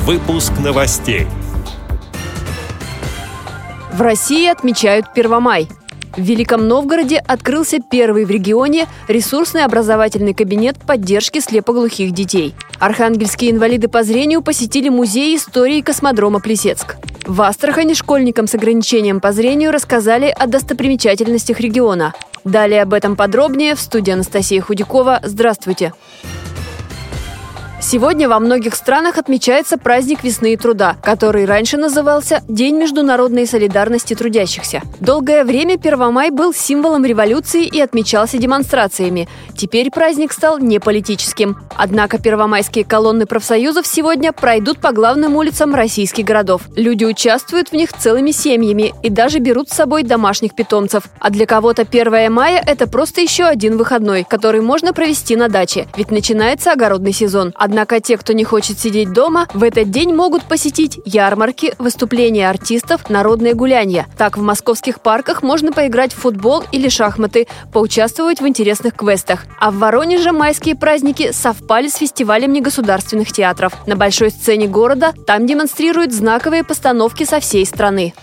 Выпуск новостей. В России отмечают Первомай. В Великом Новгороде открылся первый в регионе ресурсный образовательный кабинет поддержки слепоглухих детей. Архангельские инвалиды по зрению посетили музей истории космодрома Плесецк. В Астрахани школьникам с ограничением по зрению рассказали о достопримечательностях региона. Далее об этом подробнее в студии Анастасия Худякова. Здравствуйте! Сегодня во многих странах отмечается праздник весны и труда, который раньше назывался День международной солидарности трудящихся. Долгое время Первомай был символом революции и отмечался демонстрациями. Теперь праздник стал неполитическим. Однако первомайские колонны профсоюзов сегодня пройдут по главным улицам российских городов. Люди участвуют в них целыми семьями и даже берут с собой домашних питомцев. А для кого-то 1 мая – это просто еще один выходной, который можно провести на даче, ведь начинается огородный сезон. Однако те, кто не хочет сидеть дома, в этот день могут посетить ярмарки, выступления артистов, народные гулянья. Так, в московских парках можно поиграть в футбол или шахматы, поучаствовать в интересных квестах. А в Воронеже майские праздники совпали с фестивалем негосударственных театров. На большой сцене города там демонстрируют знаковые постановки со всей страны.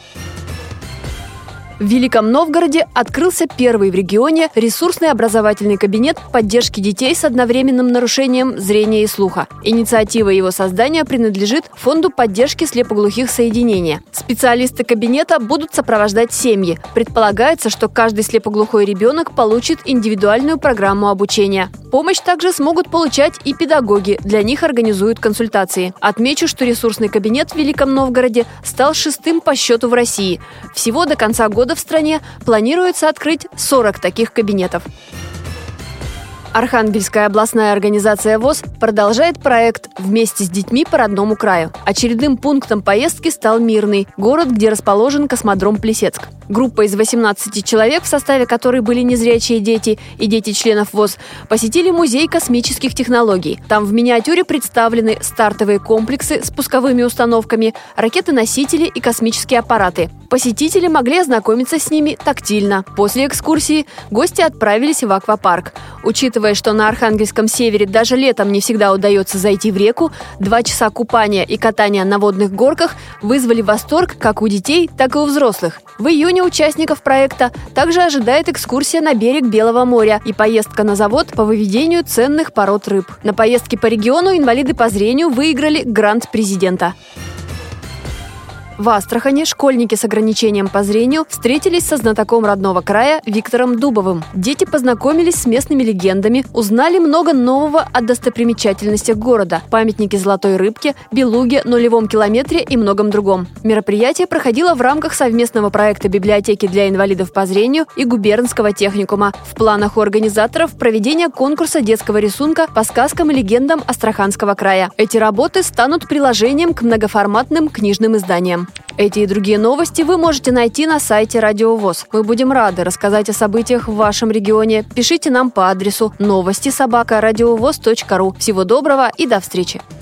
В Великом Новгороде открылся первый в регионе ресурсный образовательный кабинет поддержки детей с одновременным нарушением зрения и слуха. Инициатива его создания принадлежит Фонду поддержки слепоглухих соединения. Специалисты кабинета будут сопровождать семьи. Предполагается, что каждый слепоглухой ребенок получит индивидуальную программу обучения. Помощь также смогут получать и педагоги. Для них организуют консультации. Отмечу, что ресурсный кабинет в Великом Новгороде стал 6-м по счету в России. Всего до конца года в стране планируется открыть 40 таких кабинетов. Архангельская областная организация ВОС продолжает проект «Вместе с детьми по родному краю». Очередным пунктом поездки стал Мирный, город, где расположен космодром Плесецк. Группа из 18 человек, в составе которой были незрячие дети и дети членов ВОС, посетили музей космических технологий. Там в миниатюре представлены стартовые комплексы с пусковыми установками, ракеты-носители и космические аппараты. Посетители могли ознакомиться с ними тактильно. После экскурсии гости отправились в аквапарк. Учитывая, что на Архангельском севере даже летом не всегда удается зайти в реку, 2 часа купания и катания на водных горках вызвали восторг как у детей, так и у взрослых. В июне участников проекта также ожидает экскурсия на берег Белого моря и поездка на завод по выведению ценных пород рыб. На поездке по региону инвалиды по зрению выиграли грант президента. В Астрахани школьники с ограничением по зрению встретились со знатоком родного края Виктором Дубовым. Дети познакомились с местными легендами, узнали много нового о достопримечательностях города, памятнике Золотой рыбке, Белуге, Нулевом километре и многом другом. Мероприятие проходило в рамках совместного проекта библиотеки для инвалидов по зрению и губернского техникума. В планах у организаторов проведение конкурса детского рисунка по сказкам и легендам Астраханского края. Эти работы станут приложением к многоформатным книжным изданиям. Эти и другие новости вы можете найти на сайте Радио ВОС. Мы будем рады рассказать о событиях в вашем регионе. Пишите нам по адресу новости@радиовос.ру. Всего доброго и до встречи!